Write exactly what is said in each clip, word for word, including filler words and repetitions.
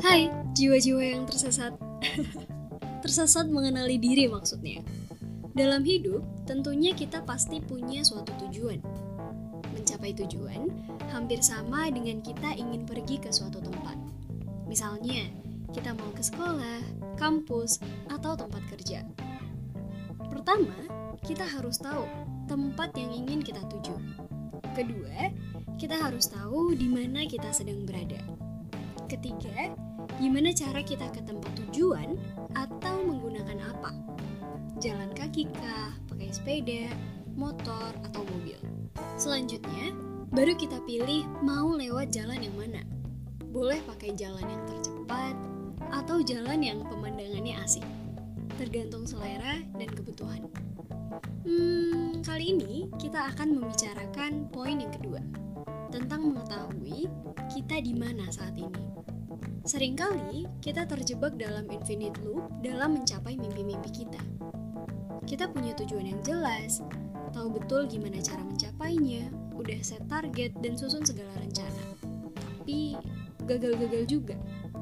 Hai, jiwa-jiwa yang tersesat. Tersesat mengenali diri maksudnya. Dalam hidup, tentunya kita pasti punya suatu tujuan. Mencapai tujuan hampir sama dengan kita ingin pergi ke suatu tempat. Misalnya, kita mau ke sekolah, kampus, atau tempat kerja. Pertama, kita harus tahu tempat yang ingin kita tuju. Kedua, kita harus tahu di mana kita sedang berada. Ketiga, gimana cara kita ke tempat tujuan atau menggunakan apa? Jalan kaki kah, pakai sepeda, motor, atau mobil. Selanjutnya, baru kita pilih mau lewat jalan yang mana. Boleh pakai jalan yang tercepat atau jalan yang pemandangannya asik. Tergantung selera dan kebutuhan. Hmm, kali ini kita akan membicarakan poin yang kedua, tentang mengetahui kita di mana saat ini. Seringkali kita terjebak dalam infinite loop dalam mencapai mimpi-mimpi kita. Kita punya tujuan yang jelas, tahu betul gimana cara mencapainya, udah set target dan susun segala rencana. Tapi gagal-gagal juga.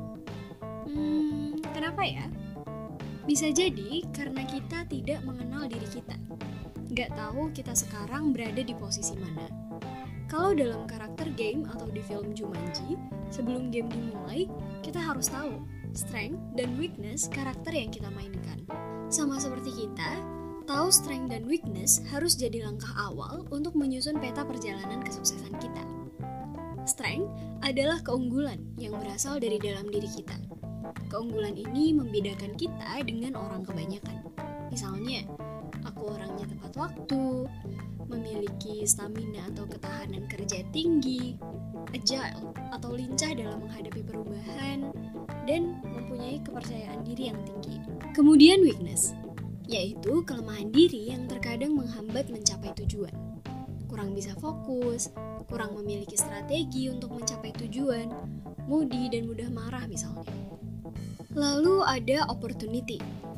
Hmm, kenapa ya? Bisa jadi karena kita tidak mengenal diri kita. Gak tahu kita sekarang berada di posisi mana. Kalau dalam karakter game atau di film Jumanji, sebelum game dimulai, kita harus tahu strength dan weakness karakter yang kita mainkan. Sama seperti kita, tahu strength dan weakness harus jadi langkah awal untuk menyusun peta perjalanan kesuksesan kita. Strength adalah keunggulan yang berasal dari dalam diri kita. Keunggulan ini membedakan kita dengan orang kebanyakan. Misalnya, aku orangnya tepat waktu, memiliki stamina atau ketahanan kerja tinggi, agile atau lincah dalam menghadapi perubahan, dan mempunyai kepercayaan diri yang tinggi. Kemudian weakness, yaitu kelemahan diri yang terkadang menghambat mencapai tujuan. Kurang bisa fokus, kurang memiliki strategi untuk mencapai tujuan, moody dan mudah marah misalnya. Lalu ada opportunity.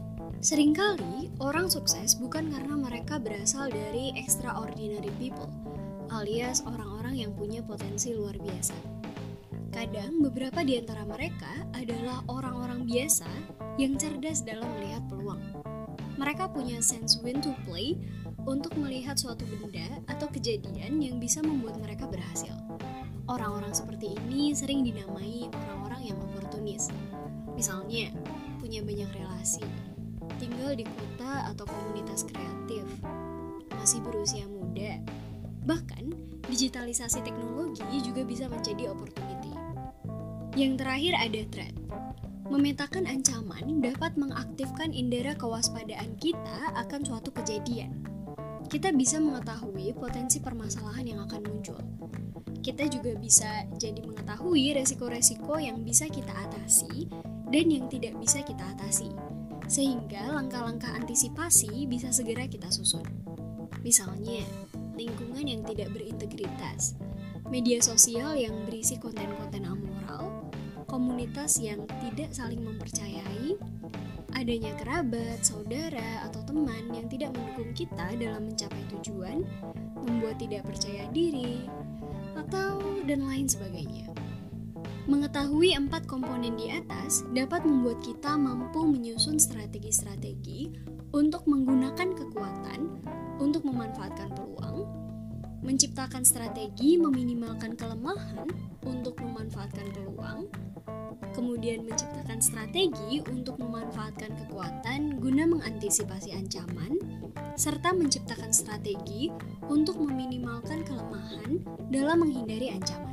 Seringkali orang sukses bukan karena mereka berasal dari extraordinary people, alias orang-orang yang punya potensi luar biasa. Kadang beberapa di antara mereka adalah orang-orang biasa yang cerdas dalam melihat peluang. Mereka punya sense when to play untuk melihat suatu benda atau kejadian yang bisa membuat mereka berhasil. Orang-orang seperti ini sering dinamai orang-orang yang oportunis. Misalnya, punya banyak relasi, tinggal di kota atau komunitas kreatif, masih berusia muda. Bahkan, digitalisasi teknologi juga bisa menjadi opportunity. Yang terakhir ada threat. Memetakan ancaman dapat mengaktifkan indera kewaspadaan kita akan suatu kejadian. Kita bisa mengetahui potensi permasalahan yang akan muncul. Kita juga bisa jadi mengetahui resiko-resiko yang bisa kita atasi dan yang tidak bisa kita atasi, sehingga langkah-langkah antisipasi bisa segera kita susun. Misalnya, lingkungan yang tidak berintegritas, media sosial yang berisi konten-konten amoral, komunitas yang tidak saling mempercayai, adanya kerabat, saudara, atau teman yang tidak mendukung kita dalam mencapai tujuan, membuat tidak percaya diri, atau dan lain sebagainya. Mengetahui empat komponen di atas dapat membuat kita mampu menyusun strategi-strategi untuk menggunakan kekuatan untuk memanfaatkan peluang, menciptakan strategi meminimalkan kelemahan untuk memanfaatkan peluang, kemudian menciptakan strategi untuk memanfaatkan kekuatan guna mengantisipasi ancaman, serta menciptakan strategi untuk meminimalkan kelemahan dalam menghindari ancaman.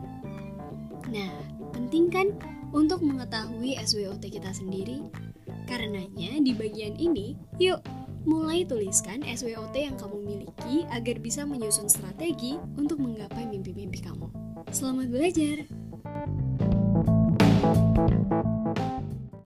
Nah, penting kan untuk mengetahui S W O T kita sendiri? Karenanya di bagian ini, yuk mulai tuliskan S W O T yang kamu miliki agar bisa menyusun strategi untuk menggapai mimpi-mimpi kamu. Selamat belajar!